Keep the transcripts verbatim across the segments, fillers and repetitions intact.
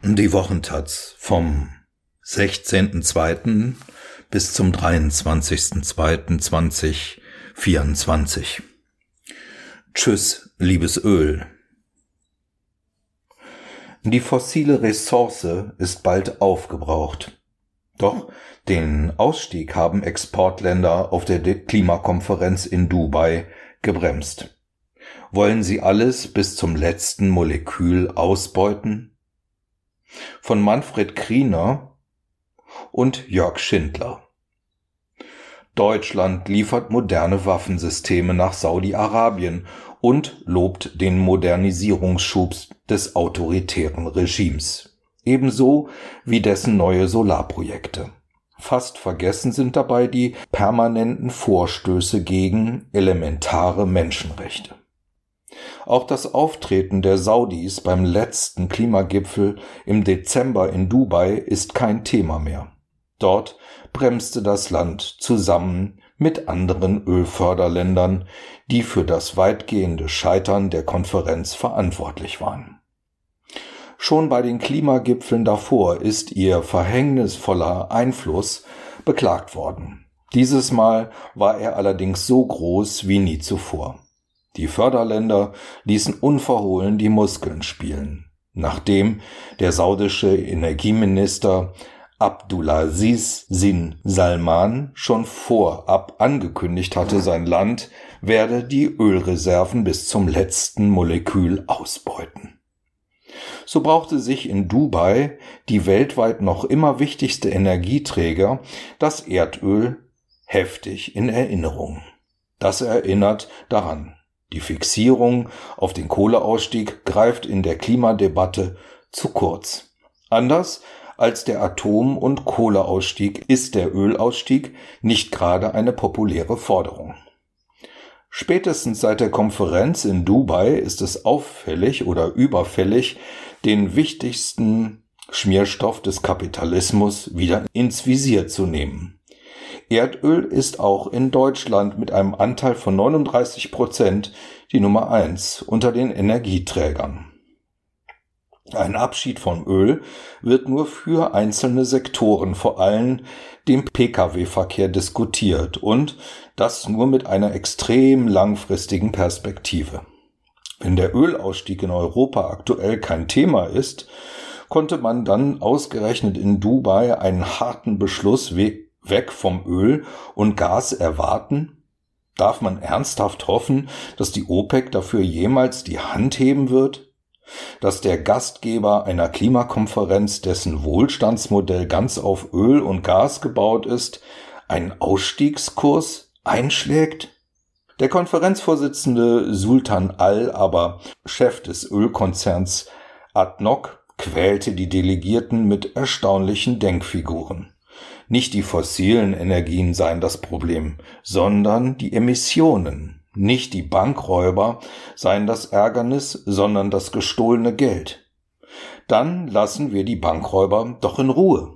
Die Wochentaz vom sechzehnten zweiten bis zum dreiundzwanzigsten zweiten zweitausendvierundzwanzig. Tschüss, liebes Öl. Die fossile Ressource ist bald aufgebraucht. Doch den Ausstieg haben Exportländer auf der Klimakonferenz in Dubai gebremst. Wollen sie alles bis zum letzten Molekül ausbeuten? Von Manfred Kriener und Jörg Schindler. Deutschland liefert moderne Waffensysteme nach Saudi-Arabien und lobt den Modernisierungsschub des autoritären Regimes, ebenso wie dessen neue Solarprojekte. Fast vergessen sind dabei die permanenten Vorstöße gegen elementare Menschenrechte. Auch das Auftreten der Saudis beim letzten Klimagipfel im Dezember in Dubai ist kein Thema mehr. Dort bremste das Land zusammen mit anderen Ölförderländern, die für das weitgehende Scheitern der Konferenz verantwortlich waren. Schon bei den Klimagipfeln davor ist ihr verhängnisvoller Einfluss beklagt worden. Dieses Mal war er allerdings so groß wie nie zuvor. Die Förderländer ließen unverhohlen die Muskeln spielen, nachdem der saudische Energieminister Abdulaziz bin Salman schon vorab angekündigt hatte, sein Land werde die Ölreserven bis zum letzten Molekül ausbeuten. So brauchte sich in Dubai die weltweit noch immer wichtigste Energieträger, das Erdöl, heftig in Erinnerung. Das erinnert daran. Die Fixierung auf den Kohleausstieg greift in der Klimadebatte zu kurz. Anders als der Atom- und Kohleausstieg ist der Ölausstieg nicht gerade eine populäre Forderung. Spätestens seit der Konferenz in Dubai ist es auffällig oder überfällig, den wichtigsten Schmierstoff des Kapitalismus wieder ins Visier zu nehmen. Erdöl ist auch in Deutschland mit einem Anteil von neununddreißig Prozent die Nummer eins unter den Energieträgern. Ein Abschied vom Öl wird nur für einzelne Sektoren, vor allem dem Pkw-Verkehr, diskutiert und das nur mit einer extrem langfristigen Perspektive. Wenn der Ölausstieg in Europa aktuell kein Thema ist, konnte man dann ausgerechnet in Dubai einen harten Beschluss weg vom Öl und Gas erwarten? Darf man ernsthaft hoffen, dass die OPEC dafür jemals die Hand heben wird? Dass der Gastgeber einer Klimakonferenz, dessen Wohlstandsmodell ganz auf Öl und Gas gebaut ist, einen Ausstiegskurs einschlägt? Der Konferenzvorsitzende Sultan Al, aber Chef des Ölkonzerns A D N O C, quälte die Delegierten mit erstaunlichen Denkfiguren. Nicht die fossilen Energien seien das Problem, sondern die Emissionen. Nicht die Bankräuber seien das Ärgernis, sondern das gestohlene Geld. Dann lassen wir die Bankräuber doch in Ruhe.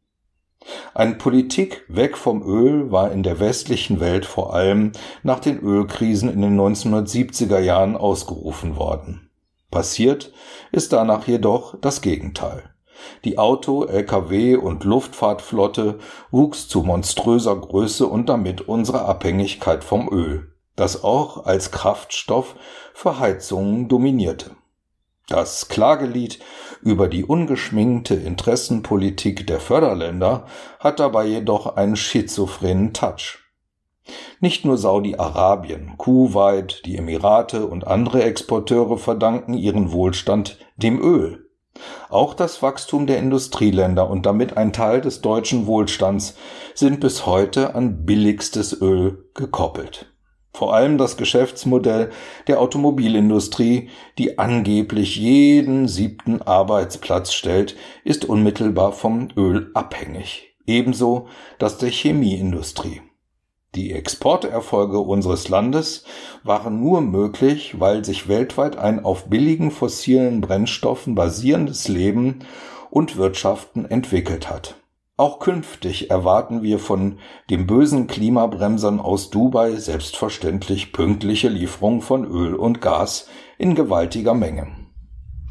Eine Politik weg vom Öl war in der westlichen Welt vor allem nach den Ölkrisen in den neunzehnhundertsiebziger Jahren ausgerufen worden. Passiert ist danach jedoch das Gegenteil. Die Auto-, L K W- und Luftfahrtflotte wuchs zu monströser Größe und damit unsere Abhängigkeit vom Öl, das auch als Kraftstoff für Heizungen dominierte. Das Klagelied über die ungeschminkte Interessenpolitik der Förderländer hat dabei jedoch einen schizophrenen Touch. Nicht nur Saudi-Arabien, Kuwait, die Emirate und andere Exporteure verdanken ihren Wohlstand dem Öl. Auch das Wachstum der Industrieländer und damit ein Teil des deutschen Wohlstands sind bis heute an billigstes Öl gekoppelt. Vor allem das Geschäftsmodell der Automobilindustrie, die angeblich jeden siebten Arbeitsplatz stellt, ist unmittelbar vom Öl abhängig. Ebenso das der Chemieindustrie. Die Exporterfolge unseres Landes waren nur möglich, weil sich weltweit ein auf billigen fossilen Brennstoffen basierendes Leben und Wirtschaften entwickelt hat. Auch künftig erwarten wir von den bösen Klimabremsern aus Dubai selbstverständlich pünktliche Lieferung von Öl und Gas in gewaltiger Menge.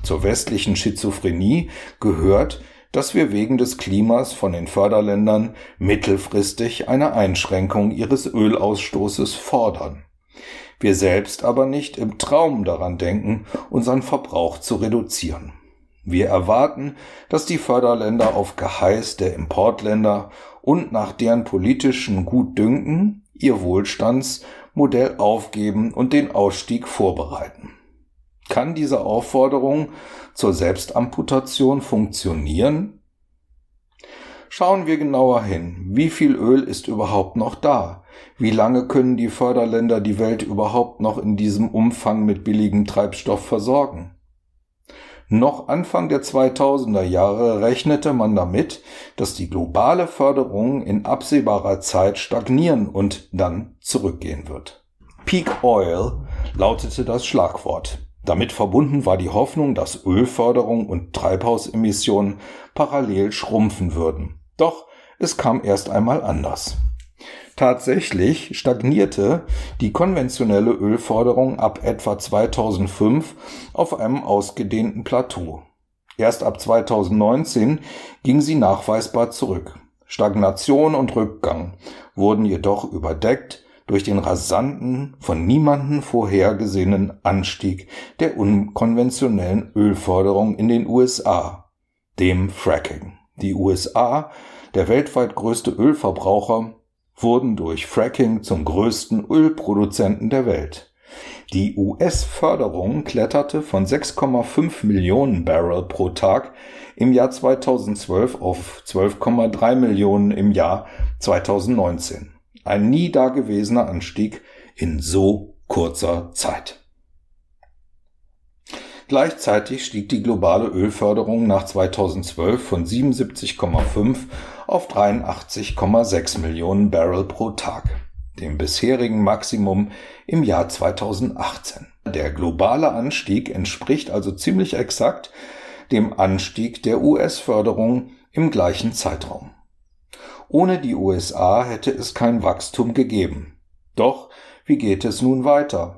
Zur westlichen Schizophrenie gehört, dass wir wegen des Klimas von den Förderländern mittelfristig eine Einschränkung ihres Ölausstoßes fordern. Wir selbst aber nicht im Traum daran denken, unseren Verbrauch zu reduzieren. Wir erwarten, dass die Förderländer auf Geheiß der Importländer und nach deren politischen Gutdünken ihr Wohlstandsmodell aufgeben und den Ausstieg vorbereiten. Kann diese Aufforderung zur Selbstamputation funktionieren? Schauen wir genauer hin. Wie viel Öl ist überhaupt noch da? Wie lange können die Förderländer die Welt überhaupt noch in diesem Umfang mit billigem Treibstoff versorgen? Noch Anfang der zweitausender Jahre rechnete man damit, dass die globale Förderung in absehbarer Zeit stagnieren und dann zurückgehen wird. Peak Oil lautete das Schlagwort. Damit verbunden war die Hoffnung, dass Ölförderung und Treibhausemissionen parallel schrumpfen würden. Doch es kam erst einmal anders. Tatsächlich stagnierte die konventionelle Ölförderung ab etwa zweitausendfünf auf einem ausgedehnten Plateau. Erst ab zweitausendneunzehn ging sie nachweisbar zurück. Stagnation und Rückgang wurden jedoch überdeckt durch den rasanten, von niemandem vorhergesehenen Anstieg der unkonventionellen Ölförderung in den U S A, dem Fracking. Die U S A, der weltweit größte Ölverbraucher, wurden durch Fracking zum größten Ölproduzenten der Welt. Die U S-Förderung kletterte von sechs Komma fünf Millionen Barrel pro Tag im Jahr zweitausendzwölf auf zwölf Komma drei Millionen im Jahr zweitausendneunzehn. Ein nie dagewesener Anstieg in so kurzer Zeit. Gleichzeitig stieg die globale Ölförderung nach zweitausendzwölf von siebenundsiebzig Komma fünf auf dreiundachtzig Komma sechs Millionen Barrel pro Tag, dem bisherigen Maximum im Jahr zweitausendachtzehn. Der globale Anstieg entspricht also ziemlich exakt dem Anstieg der U S-Förderung im gleichen Zeitraum. Ohne die U S A hätte es kein Wachstum gegeben. Doch wie geht es nun weiter?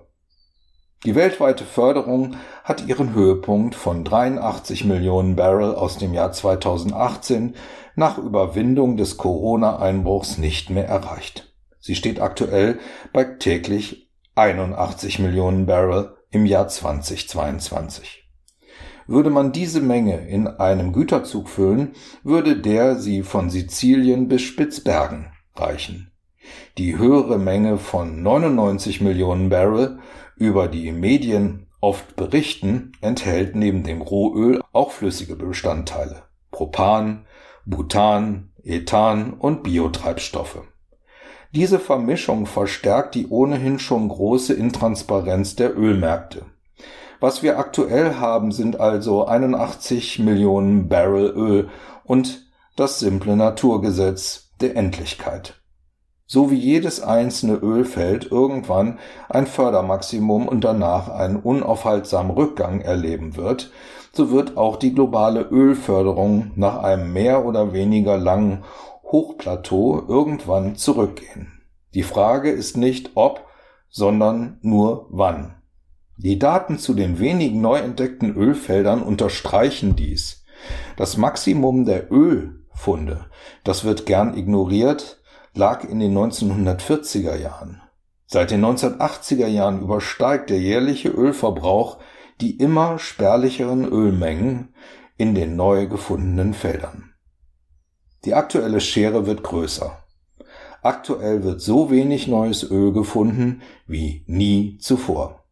Die weltweite Förderung hat ihren Höhepunkt von dreiundachtzig Millionen Barrel aus dem Jahr zweitausendachtzehn nach Überwindung des Corona-Einbruchs nicht mehr erreicht. Sie steht aktuell bei täglich einundachtzig Millionen Barrel im Jahr zweitausendzweiundzwanzig. Würde man diese Menge in einem Güterzug füllen, würde der sie von Sizilien bis Spitzbergen reichen. Die höhere Menge von neunundneunzig Millionen Barrel, über die Medien oft berichten, enthält neben dem Rohöl auch flüssige Bestandteile: Propan, Butan, Ethan und Biotreibstoffe. Diese Vermischung verstärkt die ohnehin schon große Intransparenz der Ölmärkte. Was wir aktuell haben, sind also einundachtzig Millionen Barrel Öl und das simple Naturgesetz der Endlichkeit. So wie jedes einzelne Ölfeld irgendwann ein Fördermaximum und danach einen unaufhaltsamen Rückgang erleben wird, so wird auch die globale Ölförderung nach einem mehr oder weniger langen Hochplateau irgendwann zurückgehen. Die Frage ist nicht ob, sondern nur wann. Die Daten zu den wenigen neu entdeckten Ölfeldern unterstreichen dies. Das Maximum der Ölfunde, das wird gern ignoriert, lag in den neunzehnhundertvierziger Jahren. Seit den neunzehnhundertachtziger Jahren übersteigt der jährliche Ölverbrauch die immer spärlicheren Ölmengen in den neu gefundenen Feldern. Die aktuelle Schere wird größer. Aktuell wird so wenig neues Öl gefunden wie nie zuvor.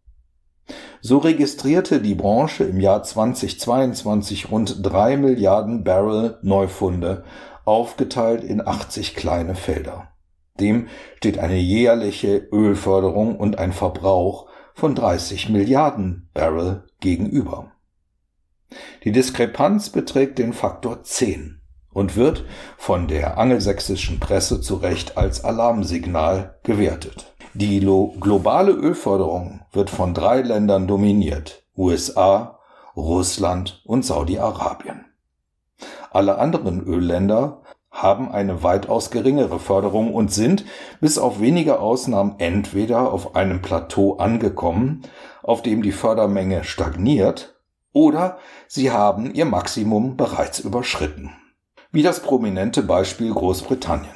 So registrierte die Branche im Jahr zweitausendzweiundzwanzig rund drei Milliarden Barrel Neufunde, aufgeteilt in achtzig kleine Felder. Dem steht eine jährliche Ölförderung und ein Verbrauch von dreißig Milliarden Barrel gegenüber. Die Diskrepanz beträgt den Faktor zehn und wird von der angelsächsischen Presse zu Recht als Alarmsignal gewertet. Die globale Ölförderung wird von drei Ländern dominiert: U S A, Russland und Saudi-Arabien. Alle anderen Ölländer haben eine weitaus geringere Förderung und sind, bis auf wenige Ausnahmen, entweder auf einem Plateau angekommen, auf dem die Fördermenge stagniert, Oder sie haben ihr Maximum bereits überschritten. Wie das prominente Beispiel Großbritannien.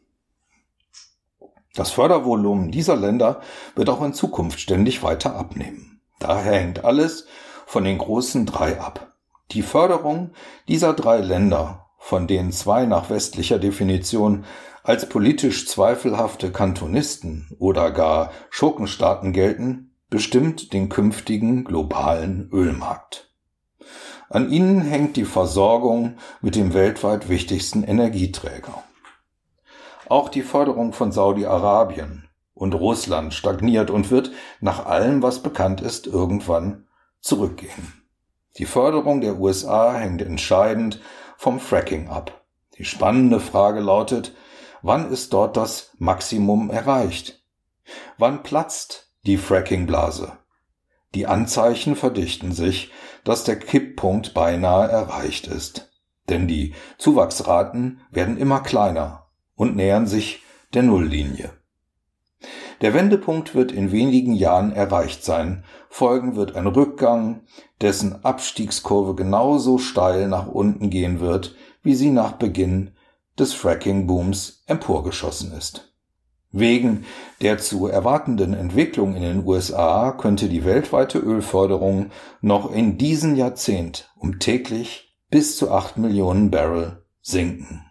Das Fördervolumen dieser Länder wird auch in Zukunft ständig weiter abnehmen. Daher hängt alles von den großen drei ab. Die Förderung dieser drei Länder, von denen zwei nach westlicher Definition als politisch zweifelhafte Kantonisten oder gar Schurkenstaaten gelten, bestimmt den künftigen globalen Ölmarkt. An ihnen hängt die Versorgung mit dem weltweit wichtigsten Energieträger. Auch die Förderung von Saudi-Arabien und Russland stagniert und wird, nach allem, was bekannt ist, irgendwann zurückgehen. Die Förderung der U S A hängt entscheidend vom Fracking ab. Die spannende Frage lautet, wann ist dort das Maximum erreicht? Wann platzt die Fracking-Blase? Die Anzeichen verdichten sich, dass der Kipppunkt beinahe erreicht ist. Denn die Zuwachsraten werden immer kleiner und nähern sich der Nulllinie. Der Wendepunkt wird in wenigen Jahren erreicht sein. Folgen wird ein Rückgang, dessen Abstiegskurve genauso steil nach unten gehen wird, wie sie nach Beginn des Fracking-Booms emporgeschossen ist. Wegen der zu erwartenden Entwicklung in den U S A könnte die weltweite Ölförderung noch in diesem Jahrzehnt um täglich bis zu acht Millionen Barrel sinken.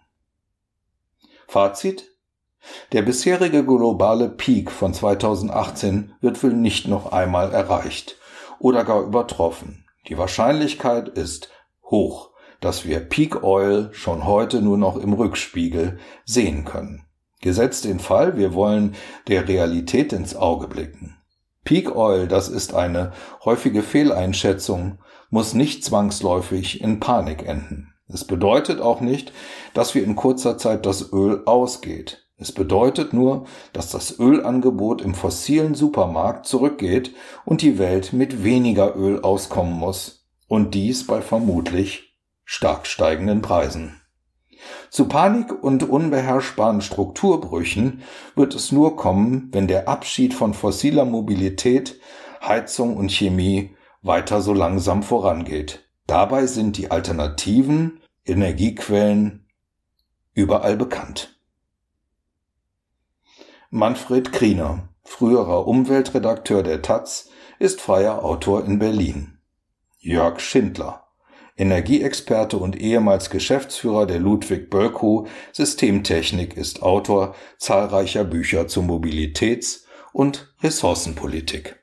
Fazit: Der bisherige globale Peak von zweitausendachtzehn wird wohl nicht noch einmal erreicht oder gar übertroffen. Die Wahrscheinlichkeit ist hoch, dass wir Peak Oil schon heute nur noch im Rückspiegel sehen können. Gesetzt den Fall, wir wollen der Realität ins Auge blicken. Peak Oil, das ist eine häufige Fehleinschätzung, muss nicht zwangsläufig in Panik enden. Es bedeutet auch nicht, dass wir in kurzer Zeit das Öl ausgeht. Es bedeutet nur, dass das Ölangebot im fossilen Supermarkt zurückgeht und die Welt mit weniger Öl auskommen muss. Und dies bei vermutlich stark steigenden Preisen. Zu Panik und unbeherrschbaren Strukturbrüchen wird es nur kommen, wenn der Abschied von fossiler Mobilität, Heizung und Chemie weiter so langsam vorangeht. Dabei sind die alternativen Energiequellen überall bekannt. Manfred Kriener, früherer Umweltredakteur der Taz, ist freier Autor in Berlin. Jörg Schindler, Energieexperte und ehemals Geschäftsführer der Ludwig Bölkow Systemtechnik, ist Autor zahlreicher Bücher zur Mobilitäts- und Ressourcenpolitik.